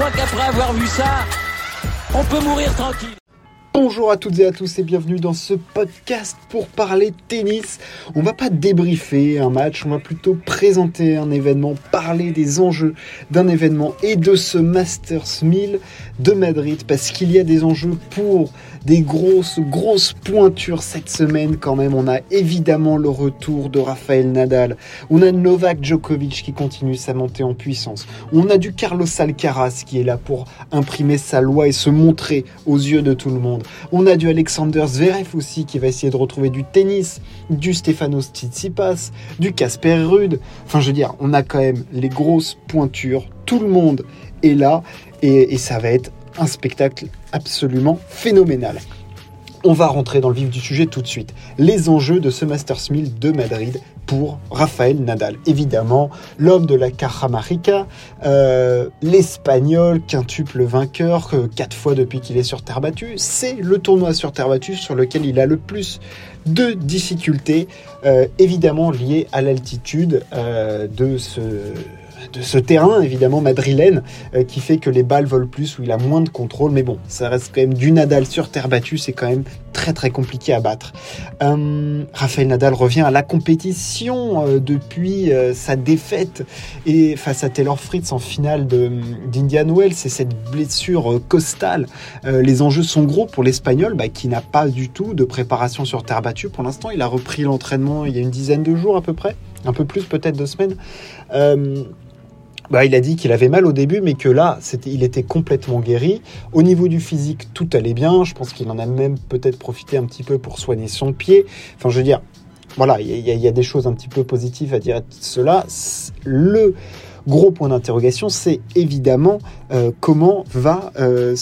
crois qu'après avoir vu ça, on peut mourir tranquille. Bonjour à toutes et à tous et bienvenue dans ce podcast pour parler tennis. On va pas débriefer un match, on va plutôt présenter un événement, parler des enjeux d'un événement et de ce Masters 1000 de Madrid parce qu'il y a des enjeux pour des grosses pointures cette semaine quand même. On a évidemment le retour de Rafael Nadal, on a Novak Djokovic qui continue sa montée en puissance, on a du Carlos Alcaraz qui est là pour imprimer sa loi et se montrer aux yeux de tout le monde. On a du Alexander Zverev aussi qui va essayer de retrouver du tennis, du Stefanos Tsitsipas, du Casper Ruud. Enfin, je veux dire, on a quand même les grosses pointures. Tout le monde est là et ça va être un spectacle absolument phénoménal. On va rentrer dans le vif du sujet tout de suite. Les enjeux de ce Masters 1000 de Madrid pour Rafael Nadal. Évidemment, l'homme de la Cajamarca, l'Espagnol, quintuple vainqueur, 4 fois depuis qu'il est sur terre battue. C'est le tournoi sur terre battue sur lequel il a le plus de difficultés, évidemment liées à l'altitude de ce terrain, évidemment, madrilène, qui fait que les balles volent plus, où il a moins de contrôle. Mais bon, ça reste quand même du Nadal sur terre battue, c'est quand même très très compliqué à battre. Rafael Nadal revient à la compétition depuis sa défaite et face à Taylor Fritz en finale d'Indian Wells, et cette blessure costale. Les enjeux sont gros pour l'Espagnol, qui n'a pas du tout de préparation sur terre battue. Pour l'instant, il a repris l'entraînement il y a une dizaine de jours à peu près, un peu plus peut-être 2 semaines. Il a dit qu'il avait mal au début, mais que là, il était complètement guéri. Au niveau du physique, tout allait bien. Je pense qu'il en a même peut-être profité un petit peu pour soigner son pied. Enfin, je veux dire, voilà, il y a des choses un petit peu positives à dire à cela. Le gros point d'interrogation, c'est évidemment comment va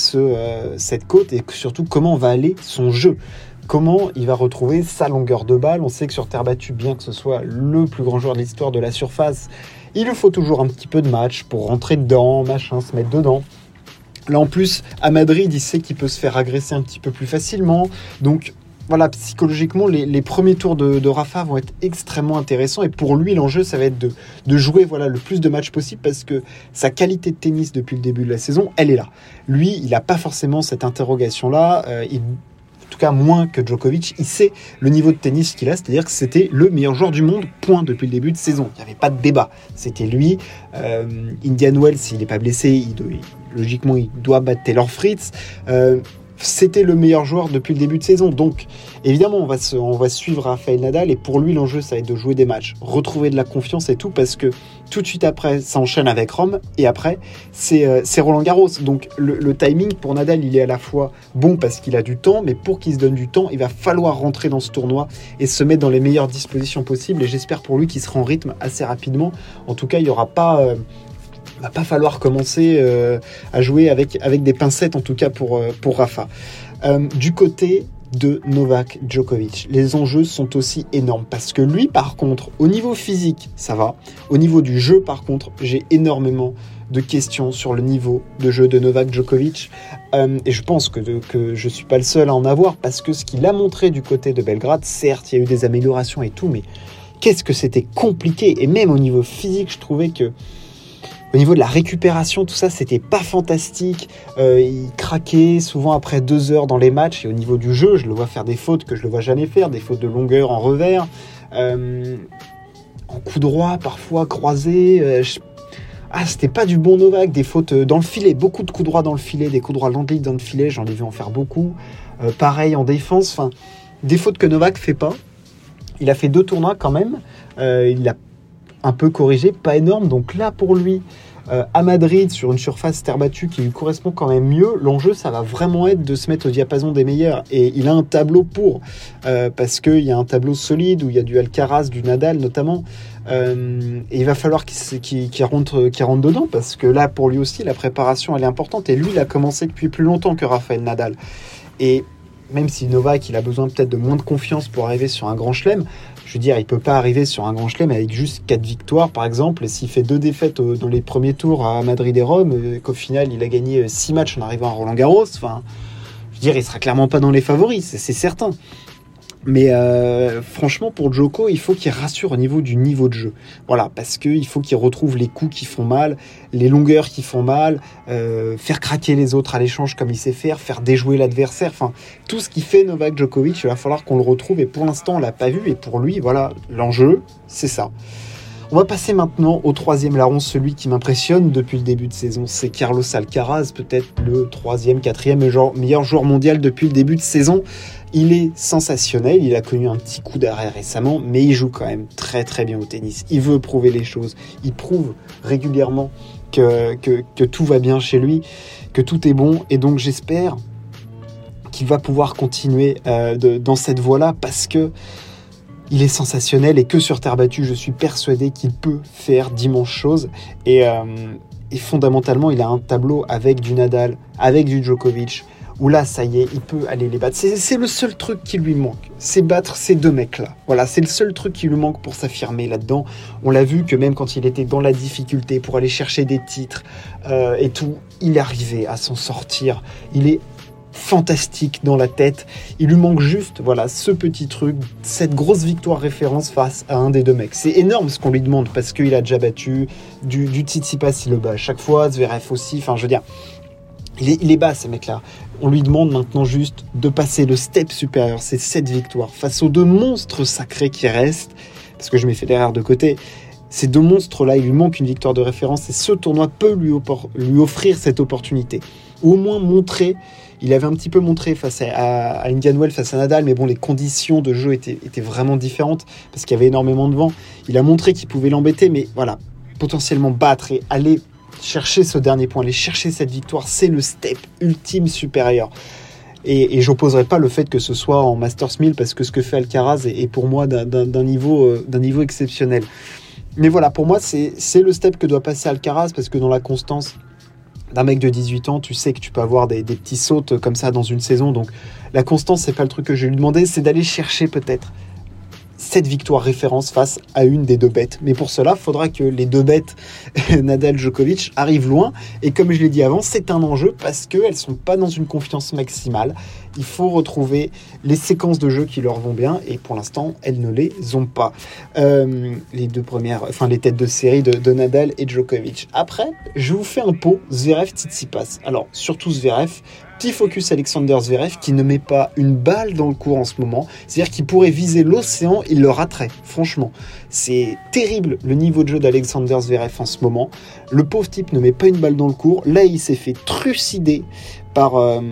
cette côte et surtout comment va aller son jeu. Comment il va retrouver sa longueur de balle. On sait que sur terre battue, bien que ce soit le plus grand joueur de l'histoire de la surface, il lui faut toujours un petit peu de match pour rentrer dedans, se mettre dedans. Là, en plus, à Madrid, il sait qu'il peut se faire agresser un petit peu plus facilement. Donc, voilà, psychologiquement, les premiers tours de Rafa vont être extrêmement intéressants. Et pour lui, l'enjeu, ça va être de jouer le plus de matchs possible parce que sa qualité de tennis depuis le début de la saison, elle est là. Lui, il n'a pas forcément cette interrogation-là. En tout cas moins que Djokovic, il sait le niveau de tennis qu'il a, c'est-à-dire que c'était le meilleur joueur du monde, point, depuis le début de saison. Il n'y avait pas de débat, c'était lui. Indian Wells, s'il n'est pas blessé, logiquement, il doit battre Taylor Fritz. C'était le meilleur joueur depuis le début de saison. Donc, évidemment, on va suivre Rafael Nadal. Et pour lui, l'enjeu, ça va être de jouer des matchs, retrouver de la confiance et tout, parce que tout de suite après, ça enchaîne avec Rome. Et après, c'est Roland-Garros. Donc, le timing pour Nadal, il est à la fois bon parce qu'il a du temps, mais pour qu'il se donne du temps, il va falloir rentrer dans ce tournoi et se mettre dans les meilleures dispositions possibles. Et j'espère pour lui qu'il sera en rythme assez rapidement. En tout cas, il n'y aura pas... va pas falloir commencer à jouer avec des pincettes, en tout cas pour Rafa. Du côté de Novak Djokovic, les enjeux sont aussi énormes parce que lui, par contre, au niveau physique, ça va. Au niveau du jeu, par contre, j'ai énormément de questions sur le niveau de jeu de Novak Djokovic. Et je pense que je suis pas le seul à en avoir parce que ce qu'il a montré du côté de Belgrade, certes, il y a eu des améliorations et tout, mais qu'est-ce que c'était compliqué. Et même au niveau physique, je trouvais que au niveau de la récupération, tout ça, c'était pas fantastique. Il craquait souvent après 2 heures dans les matchs. Et au niveau du jeu, je le vois faire des fautes que je le vois jamais faire, des fautes de longueur en revers, en coup droit, parfois croisé. C'était pas du bon Novak. Des fautes dans le filet, beaucoup de coups droits dans le filet, des coups droits lente-ligne dans le filet, j'en ai vu en faire beaucoup. Pareil en défense, enfin, des fautes que Novak fait pas. Il a fait 2 tournois quand même. Il a un peu corrigé, pas énorme. Donc là, pour lui, à Madrid, sur une surface terre battue qui lui correspond quand même mieux, l'enjeu, ça va vraiment être de se mettre au diapason des meilleurs. Et il a un tableau parce qu'il y a un tableau solide où il y a du Alcaraz, du Nadal notamment. Et il va falloir qu'il rentre dedans parce que là, pour lui aussi, la préparation, elle est importante. Et lui, il a commencé depuis plus longtemps que Rafael Nadal. Et même si Novak, il a besoin peut-être de moins de confiance pour arriver sur un grand chelem, je veux dire, il peut pas arriver sur un grand chelem avec juste 4 victoires, par exemple, et s'il fait 2 défaites dans les premiers tours à Madrid et Rome, et qu'au final, il a gagné 6 matchs en arrivant à Roland-Garros, enfin, je veux dire, il sera clairement pas dans les favoris, c'est certain. Mais franchement, pour Djoko, il faut qu'il rassure au niveau du niveau de jeu. Voilà, parce qu'il faut qu'il retrouve les coups qui font mal, les longueurs qui font mal, faire craquer les autres à l'échange comme il sait faire déjouer l'adversaire. Enfin, tout ce qui fait Novak Djokovic, il va falloir qu'on le retrouve. Et pour l'instant, on l'a pas vu. Et pour lui, voilà, l'enjeu, c'est ça. On va passer maintenant au troisième larron, celui qui m'impressionne depuis le début de saison. C'est Carlos Alcaraz, peut-être le troisième, quatrième meilleur joueur mondial depuis le début de saison. Il est sensationnel, il a connu un petit coup d'arrêt récemment, mais il joue quand même très très bien au tennis. Il veut prouver les choses, il prouve régulièrement que tout va bien chez lui, que tout est bon, et donc j'espère qu'il va pouvoir continuer dans cette voie-là, parce que il est sensationnel et que sur terre battue, je suis persuadé qu'il peut faire d'immenses choses. Et fondamentalement, il a un tableau avec du Nadal, avec du Djokovic, où là, ça y est, il peut aller les battre. C'est le seul truc qui lui manque, c'est battre ces deux mecs-là. Voilà, c'est le seul truc qui lui manque pour s'affirmer là-dedans. On l'a vu que même quand il était dans la difficulté pour aller chercher des titres et tout, il arrivait à s'en sortir. Il est fantastique dans la tête, il lui manque juste ce petit truc, cette grosse victoire référence face à un des deux mecs. C'est énorme ce qu'on lui demande, parce qu'il a déjà battu du Tsitsipas, il le bat à chaque fois, Zverev aussi, enfin je veux dire, il est bas ces mecs-là. On lui demande maintenant juste de passer le step supérieur, c'est cette victoire face aux deux monstres sacrés qui restent, parce que je mets Federer de côté. Ces deux monstres-là, il lui manque une victoire de référence, et ce tournoi peut lui offrir cette opportunité. Ou au moins montrer. Il avait un petit peu montré face à Indian Wells, face à Nadal, mais bon, les conditions de jeu étaient vraiment différentes, parce qu'il y avait énormément de vent. Il a montré qu'il pouvait l'embêter, mais voilà, potentiellement battre et aller chercher ce dernier point, aller chercher cette victoire, c'est le step ultime supérieur. Et j'opposerai pas le fait que ce soit en Masters 1000, parce que ce que fait Alcaraz est pour moi d'un niveau exceptionnel. Mais voilà, pour moi, c'est le step que doit passer Alcaraz, parce que dans la constance d'un mec de 18 ans, tu sais que tu peux avoir des petits sautes comme ça dans une saison. Donc la constance, c'est pas le truc que je vais lui demander, c'est d'aller chercher peut-être cette victoire référence face à une des deux bêtes. Mais pour cela, il faudra que les deux bêtes, Nadal, Djokovic, arrivent loin. Et comme je l'ai dit avant, c'est un enjeu parce qu'elles ne sont pas dans une confiance maximale. Il faut retrouver les séquences de jeu qui leur vont bien. Et pour l'instant, elles ne les ont pas. Les deux premières, les têtes de série de Nadal et Djokovic. Après, je vous fais un pot Zverev-Tsitsipas. Alors, surtout Zverev. Petit focus Alexander Zverev qui ne met pas une balle dans le cours en ce moment. C'est-à-dire qu'il pourrait viser l'océan, il le raterait. Franchement, c'est terrible le niveau de jeu d'Alexander Zverev en ce moment. Le pauvre type ne met pas une balle dans le cours. Là, il s'est fait trucider par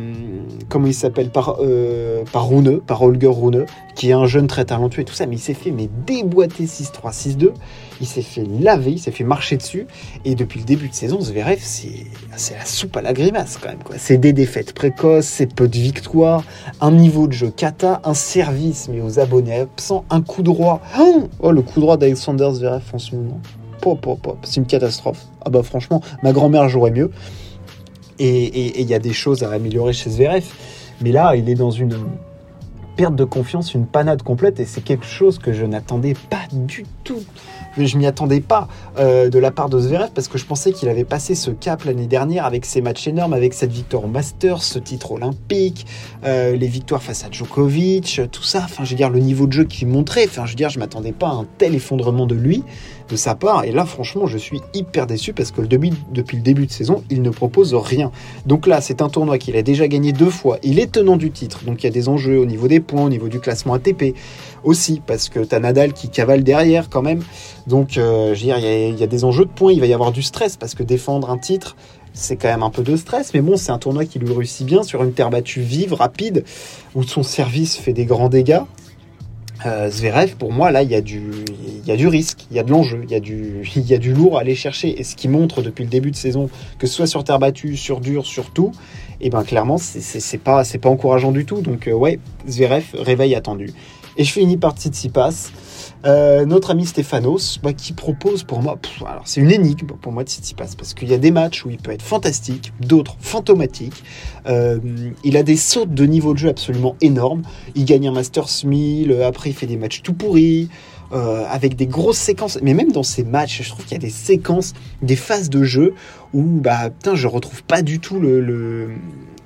Rune, par Holger Rune, qui est un jeune très talentueux et tout ça, mais il s'est fait déboîter 6-3, 6-2. Il s'est fait laver, il s'est fait marcher dessus. Et depuis le début de saison, Zverev, c'est la soupe à la grimace quand même, quoi. C'est des défaites précoces, c'est peu de victoires, un niveau de jeu cata, un service mais aux abonnés absents, un coup droit. Oh, le coup droit d'Alexander Zverev en ce moment. C'est une catastrophe. Ah bah franchement, ma grand-mère jouerait mieux. Et il y a des choses à améliorer chez Zverev. Mais là, il est dans une perte de confiance, une panade complète. Et c'est quelque chose que je n'attendais pas du tout. Je m'y attendais pas de la part de Zverev, parce que je pensais qu'il avait passé ce cap l'année dernière avec ses matchs énormes, avec cette victoire au Masters, ce titre olympique, les victoires face à Djokovic, tout ça. Enfin, je veux dire, le niveau de jeu qu'il montrait. Enfin, je veux dire, je m'attendais pas à un tel effondrement de lui, de sa part. Et là, franchement, je suis hyper déçu parce que depuis le début de saison, il ne propose rien. Donc là, c'est un tournoi qu'il a déjà gagné 2 fois. Il est tenant du titre. Donc il y a des enjeux au niveau des points, au niveau du classement ATP aussi, parce que t'as Nadal qui cavale derrière quand même. Donc, je veux dire, il y a des enjeux de points. Il va y avoir du stress parce que défendre un titre, c'est quand même un peu de stress. Mais bon, c'est un tournoi qui lui réussit bien sur une terre battue vive, rapide, où son service fait des grands dégâts. Zverev, pour moi, là, il y a du risque, il y a de l'enjeu, il y a du lourd à aller chercher. Et ce qui montre depuis le début de saison, que ce soit sur terre battue, sur dur, sur tout, et ben clairement, c'est pas encourageant du tout. Donc ouais, Zverev, réveil attendu. Et je finis par Tsitsipas. Notre ami Stefanos, qui propose pour moi, alors c'est une énigme pour moi Tsitsipas, parce qu'il y a des matchs où il peut être fantastique, d'autres fantomatiques. Il a des sautes de niveau de jeu absolument énormes. Il gagne un Masters 1000, après il fait des matchs tout pourris, avec des grosses séquences. Mais même dans ces matchs, je trouve qu'il y a des séquences, des phases de jeu où je retrouve pas du tout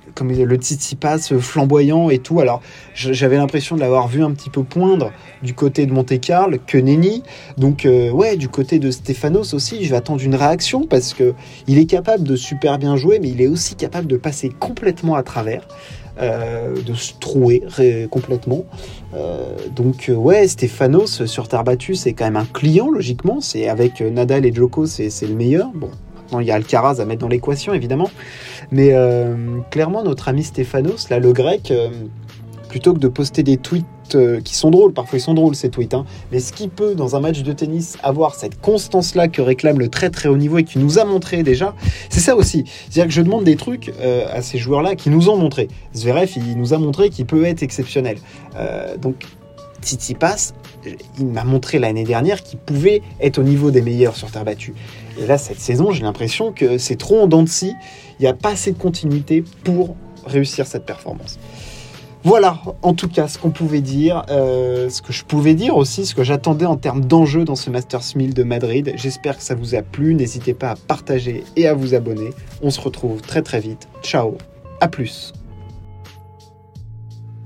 comme le Tsitsipas flamboyant et tout. Alors, j'avais l'impression de l'avoir vu un petit peu poindre du côté de Monte-Carlo que Nenni. Donc, du côté de Stefanos aussi, je vais attendre une réaction parce que il est capable de super bien jouer, mais il est aussi capable de passer complètement à travers. De se trouer complètement. Stefanos sur terre battue, c'est quand même un client, logiquement. C'est avec Nadal et Djoko, c'est le meilleur. Bon, maintenant, il y a Alcaraz à mettre dans l'équation, évidemment. Mais clairement, notre ami Stefanos, là, le grec, plutôt que de poster des tweets qui sont drôles, parfois ils sont drôles ces tweets, mais ce qu'il peut dans un match de tennis avoir cette constance-là que réclame le très très haut niveau et qui nous a montré déjà, c'est ça aussi. C'est-à-dire que je demande des trucs à ces joueurs-là qui nous ont montré. Zverev, il nous a montré qu'il peut être exceptionnel. Donc Tsitsipas, il m'a montré l'année dernière qu'il pouvait être au niveau des meilleurs sur terre battue. Et là, cette saison, j'ai l'impression que c'est trop en dents de scie. Il n'y a pas assez de continuité pour réussir cette performance. Voilà, en tout cas, ce qu'on pouvait dire, ce que je pouvais dire aussi, ce que j'attendais en termes d'enjeux dans ce Masters 1000 de Madrid. J'espère que ça vous a plu. N'hésitez pas à partager et à vous abonner. On se retrouve très très vite. Ciao, à plus.